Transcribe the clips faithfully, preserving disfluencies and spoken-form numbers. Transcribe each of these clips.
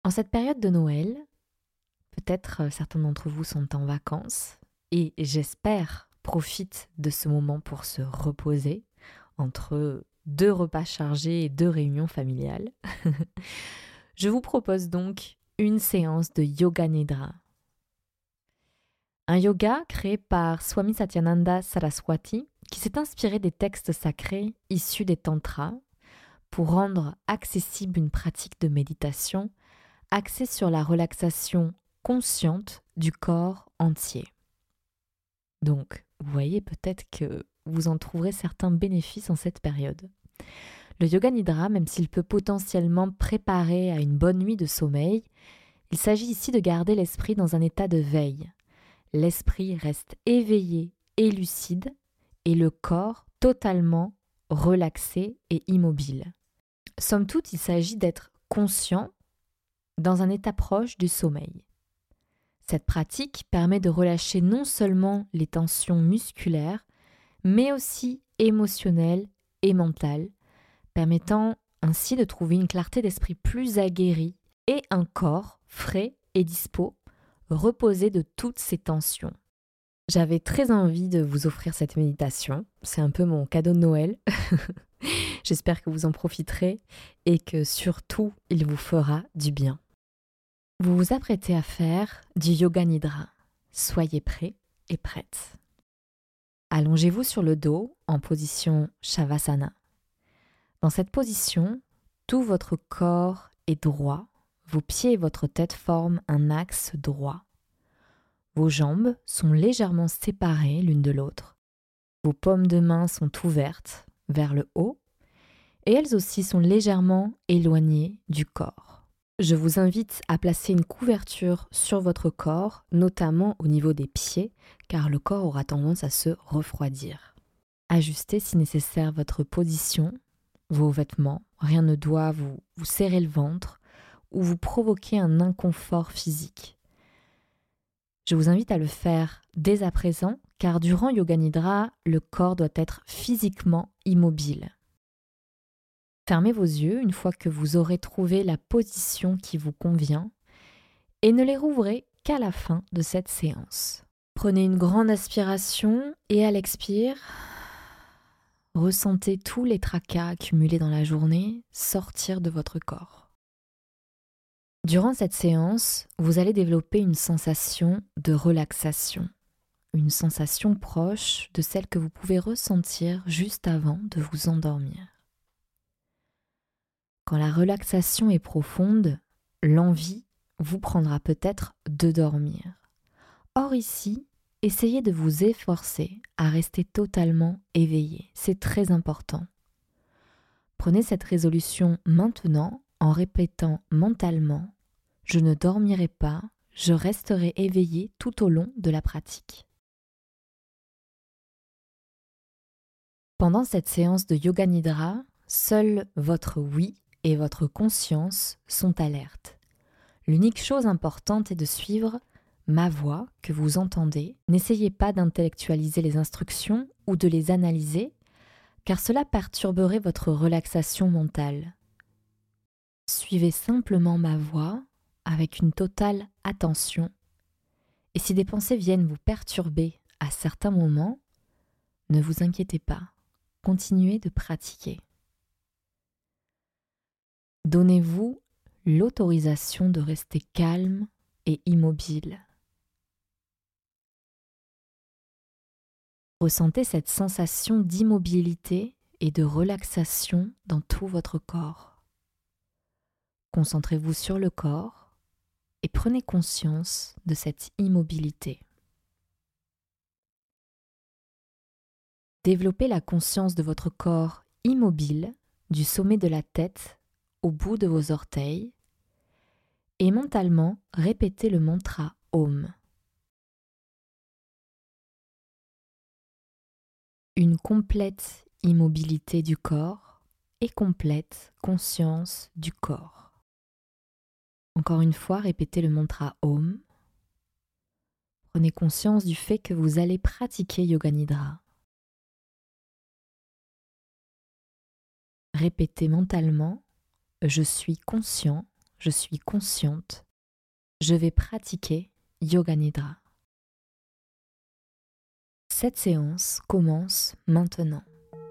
En cette période de Noël, peut-être euh, certains d'entre vous sont en vacances et j'espère profitent de ce moment pour se reposer entre deux repas chargés et deux réunions familiales. Je vous propose donc une séance de Yoga Nidra. Un yoga créé par Swami Satyananda Saraswati qui s'est inspiré des textes sacrés issus des tantras pour rendre accessible une pratique de méditation axée sur la relaxation consciente du corps entier. Donc, vous voyez peut-être que vous en trouverez certains bénéfices en cette période. Le Yoga Nidra, même s'il peut potentiellement préparer à une bonne nuit de sommeil, il s'agit ici de garder l'esprit dans un état de veille. L'esprit reste éveillé et lucide et le corps totalement relaxé et immobile. Somme toute, il s'agit d'être conscient dans un état proche du sommeil. Cette pratique permet de relâcher non seulement les tensions musculaires, mais aussi émotionnelles et mentales, permettant ainsi de trouver une clarté d'esprit plus aguerrie et un corps frais et dispo, reposé de toutes ces tensions. J'avais très envie de vous offrir cette méditation, c'est un peu mon cadeau de Noël. J'espère que vous en profiterez et que surtout il vous fera du bien. Vous vous apprêtez à faire du Yoga Nidra. Soyez prêts et prêtes. Allongez-vous sur le dos en position Shavasana. Dans cette position, tout votre corps est droit, vos pieds et votre tête forment un axe droit. Vos jambes sont légèrement séparées l'une de l'autre. Vos paumes de main sont ouvertes vers le haut et elles aussi sont légèrement éloignées du corps. Je vous invite à placer une couverture sur votre corps, notamment au niveau des pieds, car le corps aura tendance à se refroidir. Ajustez si nécessaire votre position, vos vêtements. Rien ne doit vous, vous serrer le ventre ou vous provoquer un inconfort physique. Je vous invite à le faire dès à présent, car durant Yoga Nidra, le corps doit être physiquement immobile. Fermez vos yeux une fois que vous aurez trouvé la position qui vous convient et ne les rouvrez qu'à la fin de cette séance. Prenez une grande aspiration et à l'expire, ressentez tous les tracas accumulés dans la journée sortir de votre corps. Durant cette séance, vous allez développer une sensation de relaxation, une sensation proche de celle que vous pouvez ressentir juste avant de vous endormir. Quand la relaxation est profonde, l'envie vous prendra peut-être de dormir. Or ici, essayez de vous efforcer à rester totalement éveillé. C'est très important. Prenez cette résolution maintenant en répétant mentalement « Je ne dormirai pas, je resterai éveillé tout au long de la pratique ». Pendant cette séance de Yoga Nidra, seul votre oui et votre conscience sont alertes. L'unique chose importante est de suivre ma voix que vous entendez. N'essayez pas d'intellectualiser les instructions ou de les analyser, car cela perturberait votre relaxation mentale. Suivez simplement ma voix avec une totale attention. Et si des pensées viennent vous perturber à certains moments, ne vous inquiétez pas, continuez de pratiquer. Donnez-vous l'autorisation de rester calme et immobile. Ressentez cette sensation d'immobilité et de relaxation dans tout votre corps. Concentrez-vous sur le corps et prenez conscience de cette immobilité. Développez la conscience de votre corps immobile du sommet de la tête au bout de vos orteils et mentalement répétez le mantra Om. Une complète immobilité du corps et complète conscience du corps. Encore une fois, répétez le mantra Om. Prenez conscience du fait que vous allez pratiquer Yoga Nidra. Répétez mentalement « Je suis conscient, je suis consciente, je vais pratiquer Yoga Nidra. Cette séance commence maintenant.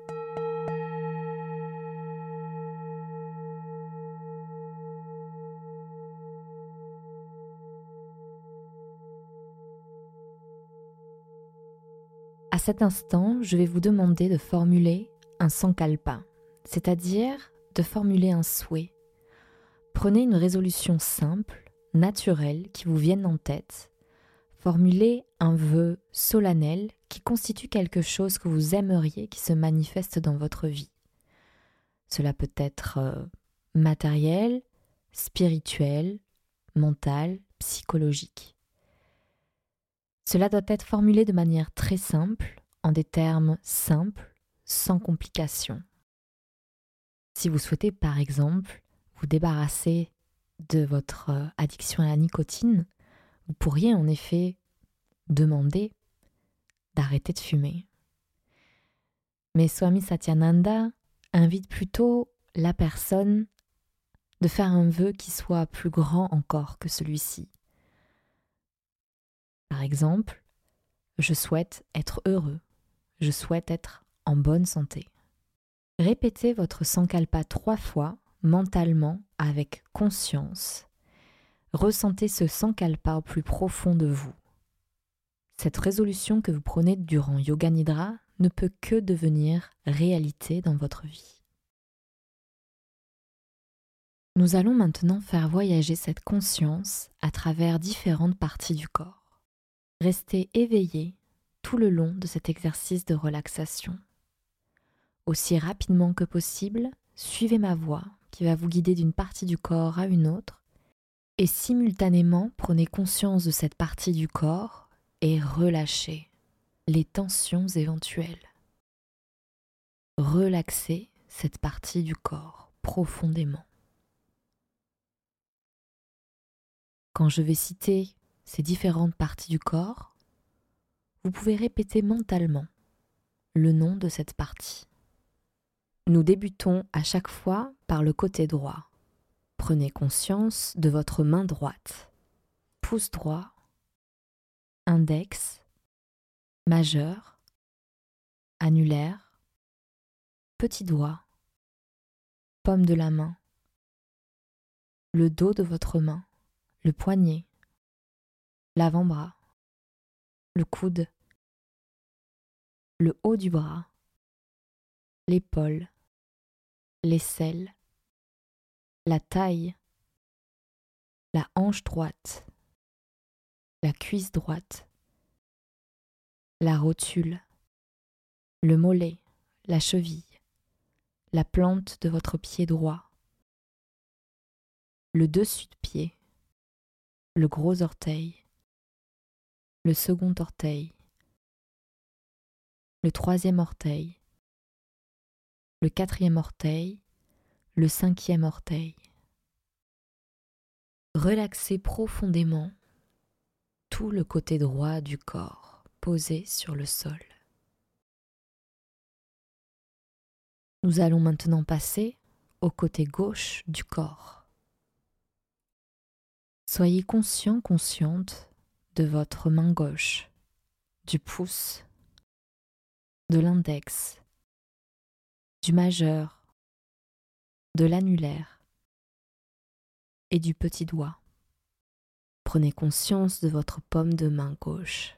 À cet instant, je vais vous demander de formuler un sankalpa, c'est-à-dire de formuler un souhait. Prenez une résolution simple, naturelle, qui vous vienne en tête. Formulez un vœu solennel qui constitue quelque chose que vous aimeriez qui se manifeste dans votre vie. Cela peut être euh, matériel, spirituel, mental, psychologique. Cela doit être formulé de manière très simple, en des termes simples, sans complications. Si vous souhaitez par exemple vous débarrasser de votre addiction à la nicotine, vous pourriez en effet demander d'arrêter de fumer. Mais Swami Satyananda invite plutôt la personne de faire un vœu qui soit plus grand encore que celui-ci. Par exemple, je souhaite être heureux, je souhaite être en bonne santé. Répétez votre sankalpa trois fois mentalement avec conscience. Ressentez ce sankalpa au plus profond de vous. Cette résolution que vous prenez durant Yoga Nidra ne peut que devenir réalité dans votre vie. Nous allons maintenant faire voyager cette conscience à travers différentes parties du corps. Restez éveillé tout le long de cet exercice de relaxation. Aussi rapidement que possible, suivez ma voix qui va vous guider d'une partie du corps à une autre et simultanément prenez conscience de cette partie du corps et relâchez les tensions éventuelles. Relaxez cette partie du corps profondément. Quand je vais citer ces différentes parties du corps, vous pouvez répéter mentalement le nom de cette partie. Nous débutons à chaque fois par le côté droit. Prenez conscience de votre main droite, pouce droit, index, majeur, annulaire, petit doigt, paume de la main, le dos de votre main, le poignet, l'avant-bras, le coude, le haut du bras, l'épaule, l'aisselle, la taille, la hanche droite, la cuisse droite, la rotule, le mollet, la cheville, la plante de votre pied droit, le dessus de pied, le gros orteil, le second orteil, le troisième orteil, le quatrième orteil, le cinquième orteil. Relaxez profondément tout le côté droit du corps posé sur le sol. Nous allons maintenant passer au côté gauche du corps. Soyez conscient, consciente de votre main gauche, du pouce, de l'index, du majeur, de l'annulaire et du petit doigt. Prenez conscience de votre paume de main gauche,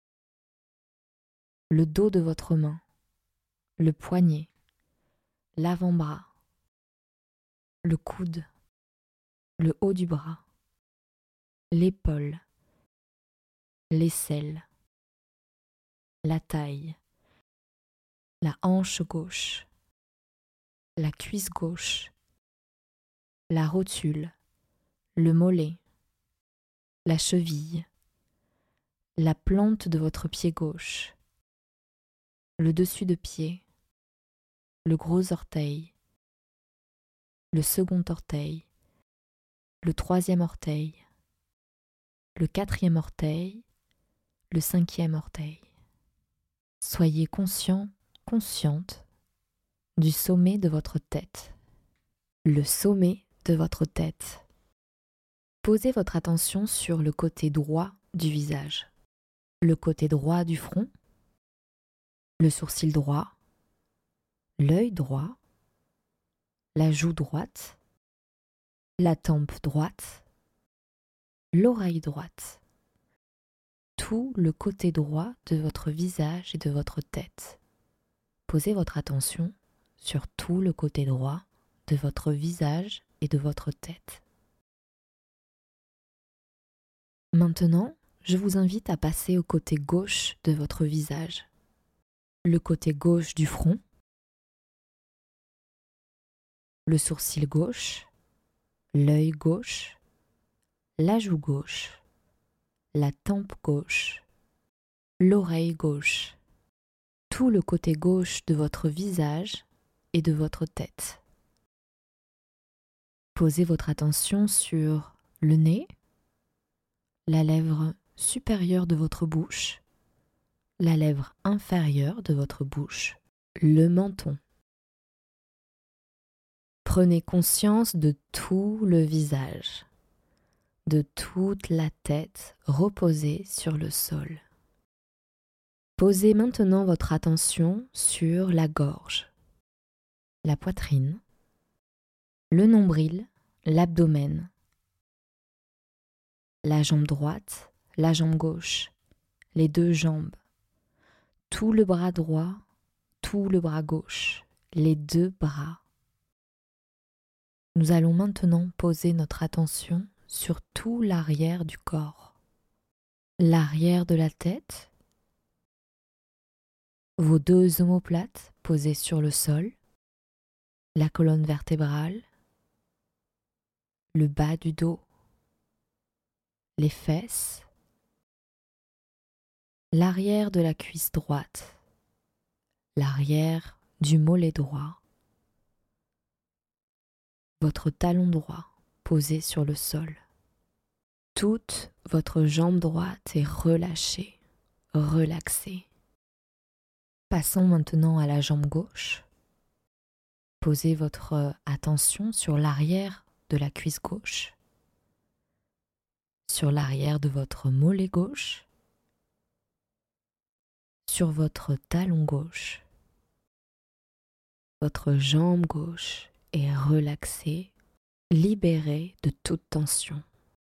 le dos de votre main, le poignet, l'avant-bras, le coude, le haut du bras, l'épaule, l'aisselle, la taille, la hanche gauche, la cuisse gauche, la rotule, le mollet, la cheville, la plante de votre pied gauche, le dessus de pied, le gros orteil, le second orteil, le troisième orteil, le quatrième orteil, le cinquième orteil. Soyez conscient, consciente du sommet de votre tête. Le sommet de votre tête. Posez votre attention sur le côté droit du visage, le côté droit du front, le sourcil droit, l'œil droit, la joue droite, la tempe droite, l'oreille droite, tout le côté droit de votre visage et de votre tête. Posez votre attention sur tout le côté droit de votre visage et de votre tête. Maintenant, je vous invite à passer au côté gauche de votre visage, le côté gauche du front, le sourcil gauche, l'œil gauche, la joue gauche, la tempe gauche, l'oreille gauche, tout le côté gauche de votre visage et de votre tête. Posez votre attention sur le nez, la lèvre supérieure de votre bouche, la lèvre inférieure de votre bouche, le menton. Prenez conscience de tout le visage, de toute la tête reposée sur le sol. Posez maintenant votre attention sur la gorge, la poitrine, le nombril, l'abdomen, la jambe droite, la jambe gauche, les deux jambes, tout le bras droit, tout le bras gauche, les deux bras. Nous allons maintenant poser notre attention sur tout l'arrière du corps, l'arrière de la tête, vos deux omoplates posées sur le sol, la colonne vertébrale, le bas du dos, les fesses, l'arrière de la cuisse droite, l'arrière du mollet droit, votre talon droit posé sur le sol. Toute votre jambe droite est relâchée, relaxée. Passons maintenant à la jambe gauche. Posez votre attention sur l'arrière de la cuisse gauche, sur l'arrière de votre mollet gauche, sur votre talon gauche. Votre jambe gauche est relaxée, libérée de toute tension.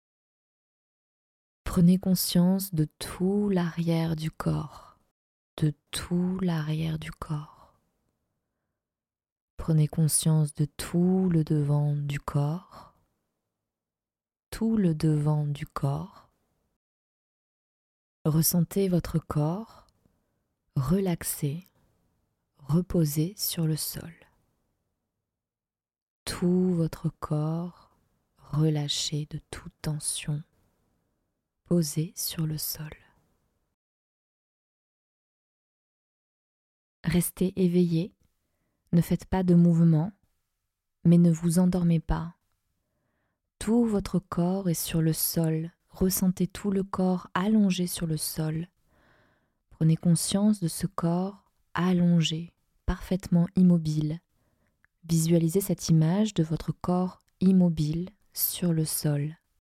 Prenez conscience de tout l'arrière du corps, de tout l'arrière du corps. Prenez conscience de tout le devant du corps, tout le devant du corps. Ressentez votre corps relaxé, reposé sur le sol. Tout votre corps relâché de toute tension, posé sur le sol. Restez éveillé, ne faites pas de mouvement, mais ne vous endormez pas. Tout votre corps est sur le sol, ressentez tout le corps allongé sur le sol. Prenez conscience de ce corps allongé, parfaitement immobile. Visualisez cette image de votre corps immobile sur le sol.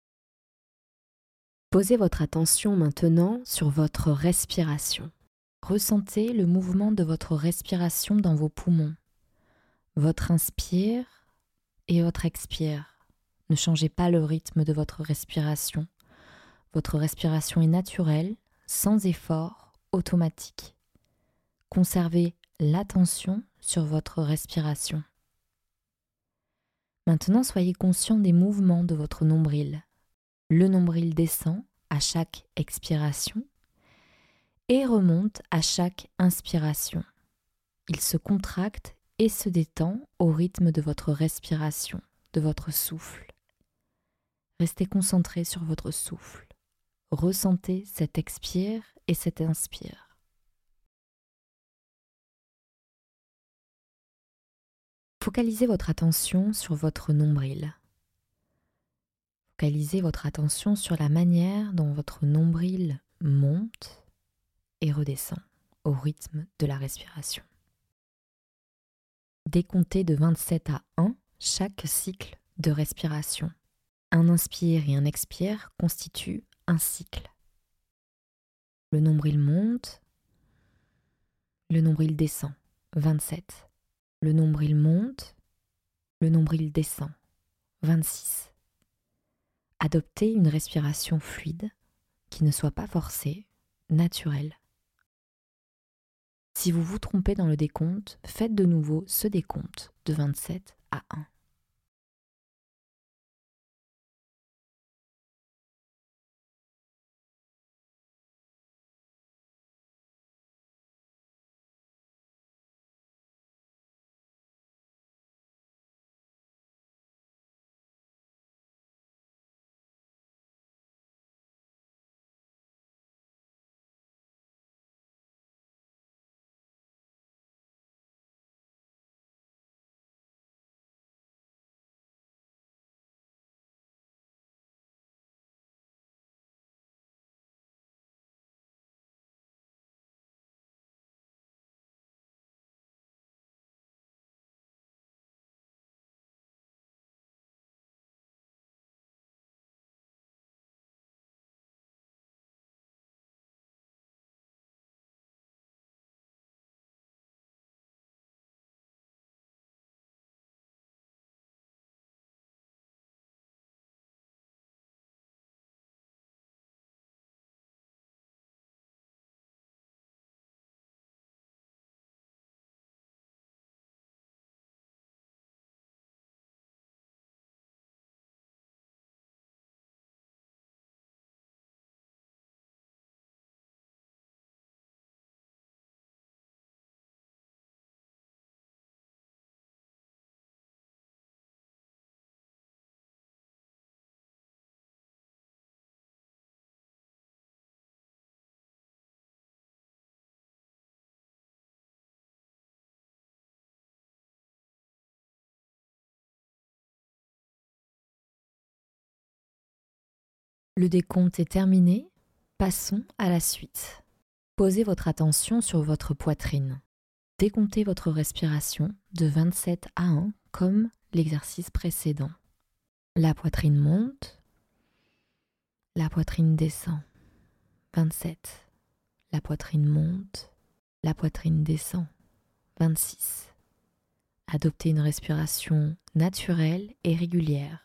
Posez votre attention maintenant sur votre respiration. Ressentez le mouvement de votre respiration dans vos poumons. Votre inspire et votre expire. Ne changez pas le rythme de votre respiration. Votre respiration est naturelle, sans effort, automatique. Conservez l'attention sur votre respiration. Maintenant, soyez conscient des mouvements de votre nombril. Le nombril descend à chaque expiration et remonte à chaque inspiration. Il se contracte et se détend au rythme de votre respiration, de votre souffle. Restez concentré sur votre souffle. Ressentez cet expire et cet inspire. Focalisez votre attention sur votre nombril. Focalisez votre attention sur la manière dont votre nombril monte et redescend au rythme de la respiration. Décomptez de vingt-sept à un chaque cycle de respiration. Un inspire et un expire constituent un cycle. Le nombril monte, le nombril descend, vingt-sept. Le nombril monte, le nombril descend, vingt-six. Adoptez une respiration fluide qui ne soit pas forcée, naturelle. Si vous vous trompez dans le décompte, faites de nouveau ce décompte de vingt-sept à un. Le décompte est terminé, passons à la suite. Posez votre attention sur votre poitrine. Décomptez votre respiration de vingt-sept à un comme l'exercice précédent. La poitrine monte, la poitrine descend. vingt-sept. La poitrine monte, la poitrine descend. vingt-six. Adoptez une respiration naturelle et régulière.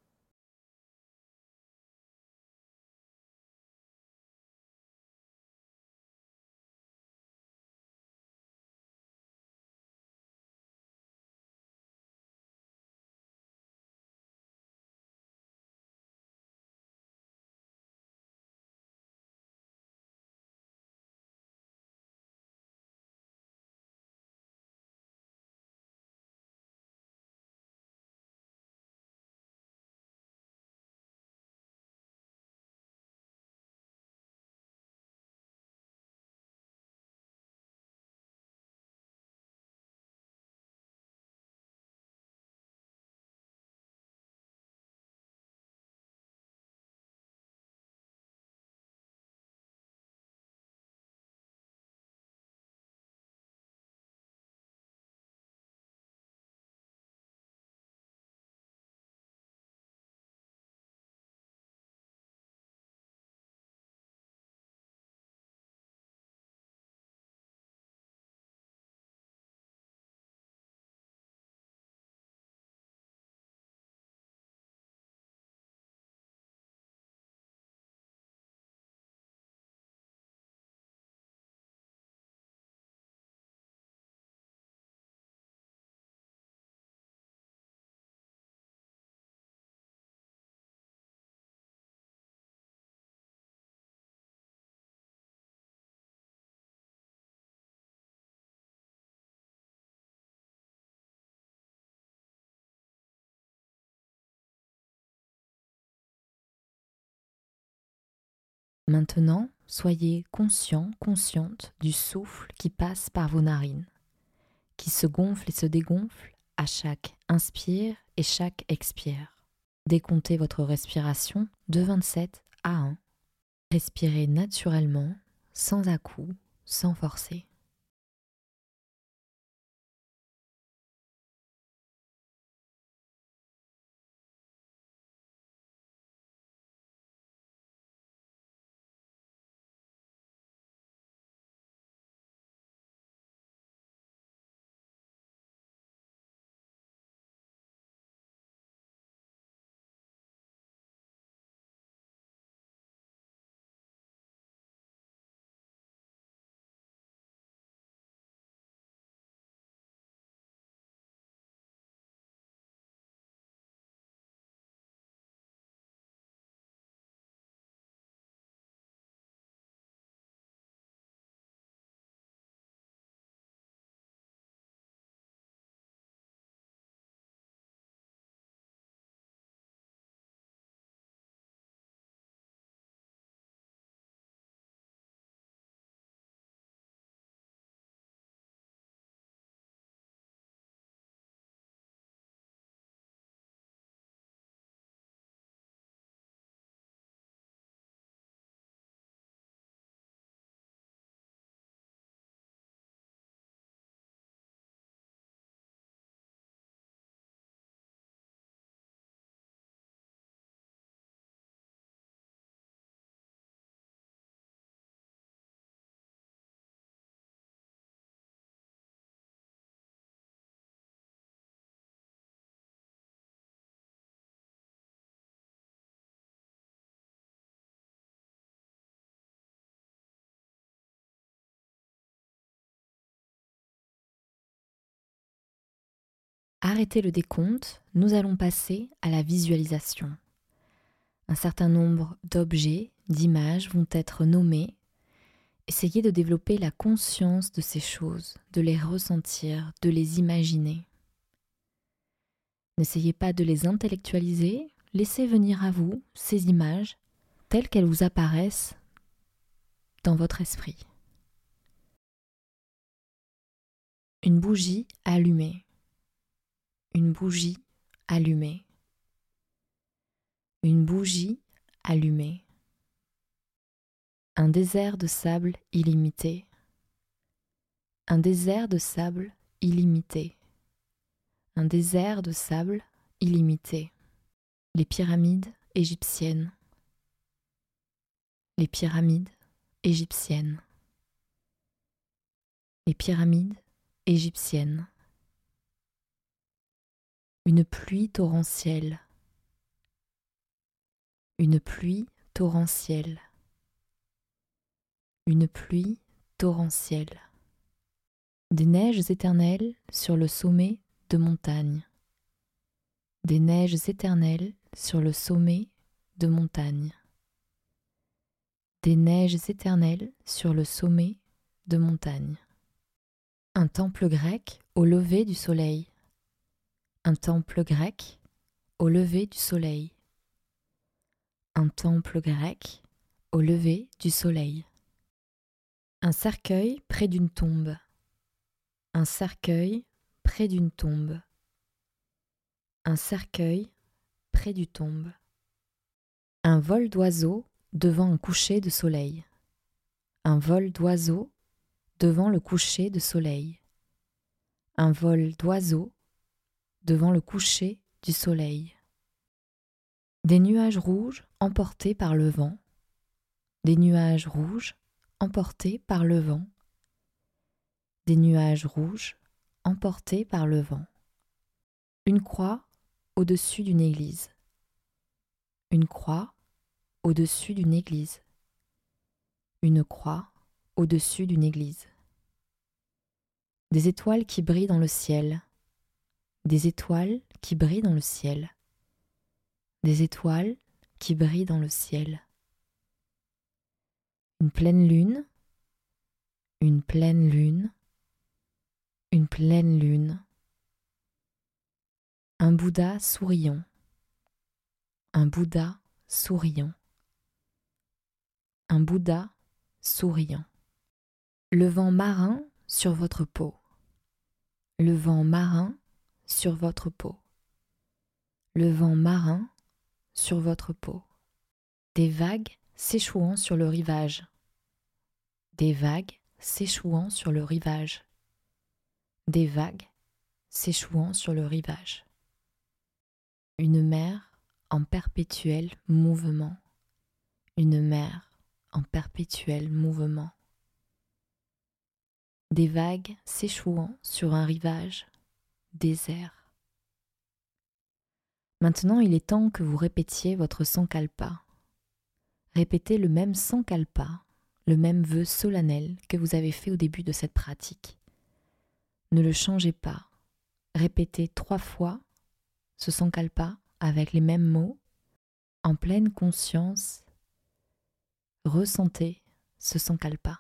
Maintenant, soyez conscient, consciente du souffle qui passe par vos narines, qui se gonfle et se dégonfle à chaque inspire et chaque expire. Décomptez votre respiration de vingt-sept à un. Respirez naturellement, sans à-coups, sans forcer. arrêtez le décompte, nous allons passer à la visualisation. Un certain nombre d'objets, d'images vont être nommés. Essayez de développer la conscience de ces choses, de les ressentir, de les imaginer. N'essayez pas de les intellectualiser, laissez venir à vous ces images telles qu'elles vous apparaissent dans votre esprit. Une bougie allumée. Une bougie allumée. Une bougie allumée. Un désert de sable illimité. Un désert de sable illimité. Un désert de sable illimité. Les pyramides égyptiennes. Les pyramides égyptiennes. Les pyramides égyptiennes. Une pluie torrentielle. Une pluie torrentielle. Une pluie torrentielle. Des neiges éternelles sur le sommet de montagne. Des neiges éternelles sur le sommet de montagne. Des neiges éternelles sur le sommet de montagne. Un temple grec au lever du soleil. Un temple grec au lever du soleil. Un temple grec au lever du soleil. Un cercueil près d'une tombe. Un cercueil près d'une tombe. Un cercueil près d'une tombe. Un vol d'oiseaux devant un coucher de soleil. Un vol d'oiseaux devant le coucher de soleil. Un vol d'oiseaux devant le coucher du soleil. Des nuages rouges emportés par le vent. Des nuages rouges emportés par le vent. Des nuages rouges emportés par le vent. Une croix au-dessus d'une église. Une croix au-dessus d'une église. Une croix au-dessus d'une église. Des étoiles qui brillent dans le ciel. Des étoiles qui brillent dans le ciel. Des étoiles qui brillent dans le ciel. Une pleine lune. Une pleine lune. Une pleine lune. Un Bouddha souriant. Un Bouddha souriant. Un Bouddha souriant. Le vent marin sur votre peau. Le vent marin sur votre peau. Le vent marin sur votre peau. Des vagues s'échouant sur le rivage. Des vagues s'échouant sur le rivage. Des vagues s'échouant sur le rivage. Une mer en perpétuel mouvement. Une mer en perpétuel mouvement. Des vagues s'échouant sur un rivage désert. Maintenant, il est temps que vous répétiez votre sankalpa. Répétez le même sankalpa, le même vœu solennel que vous avez fait au début de cette pratique. Ne le changez pas. Répétez trois fois ce sankalpa avec les mêmes mots, en pleine conscience. Ressentez ce sankalpa.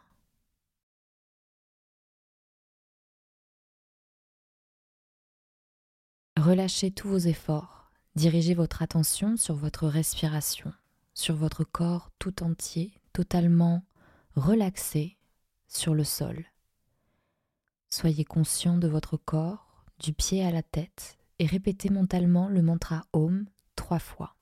Relâchez tous vos efforts. Dirigez votre attention sur votre respiration, sur votre corps tout entier, totalement relaxé sur le sol. Soyez conscient de votre corps, du pied à la tête, et répétez mentalement le mantra Om trois fois.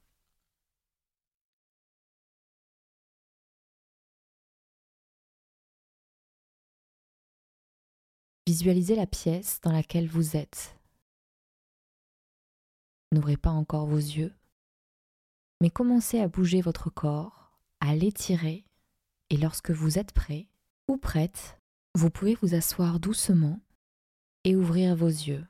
Visualisez la pièce dans laquelle vous êtes. N'ouvrez pas encore vos yeux, mais commencez à bouger votre corps, à l'étirer, et lorsque vous êtes prêt ou prête, vous pouvez vous asseoir doucement et ouvrir vos yeux.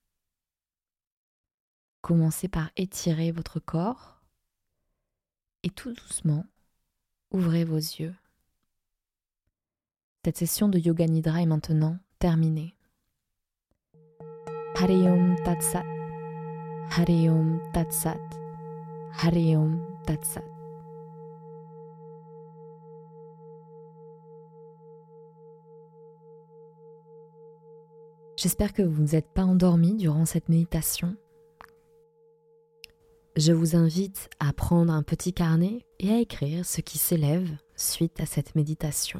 Commencez par étirer votre corps et tout doucement, ouvrez vos yeux. Cette session de Yoga Nidra est maintenant terminée. Hari Om Tat Sat. Hari Om Tat Sat. Hari Om Tat Sat. J'espère que vous n'êtes pas endormi durant cette méditation. Je vous invite à prendre un petit carnet et à écrire ce qui s'élève suite à cette méditation.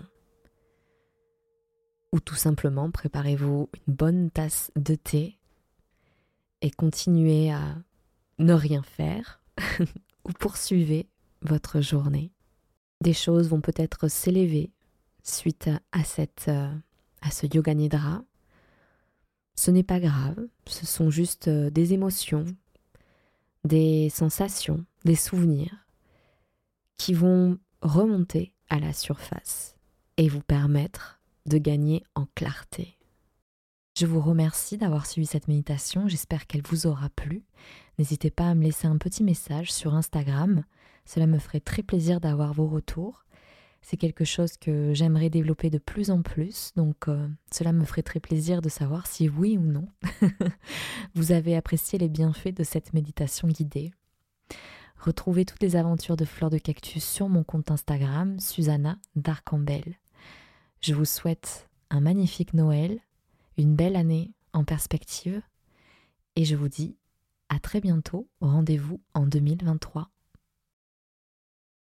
Ou tout simplement, préparez-vous une bonne tasse de thé et continuez à ne rien faire ou poursuivez votre journée. Des choses vont peut-être s'élever suite à, cette, à ce yoga nidra. Ce n'est pas grave, ce sont juste des émotions, des sensations, des souvenirs qui vont remonter à la surface et vous permettre de gagner en clarté. Je vous remercie d'avoir suivi cette méditation, j'espère qu'elle vous aura plu. N'hésitez pas à me laisser un petit message sur Instagram, cela me ferait très plaisir d'avoir vos retours. C'est quelque chose que j'aimerais développer de plus en plus, donc euh, cela me ferait très plaisir de savoir si oui ou non vous avez apprécié les bienfaits de cette méditation guidée. Retrouvez toutes les aventures de Fleurs de Cactus sur mon compte Instagram, Susanna Darcambel. Je vous souhaite un magnifique Noël, une belle année en perspective, et je vous dis à très bientôt, rendez-vous en deux mille vingt-trois.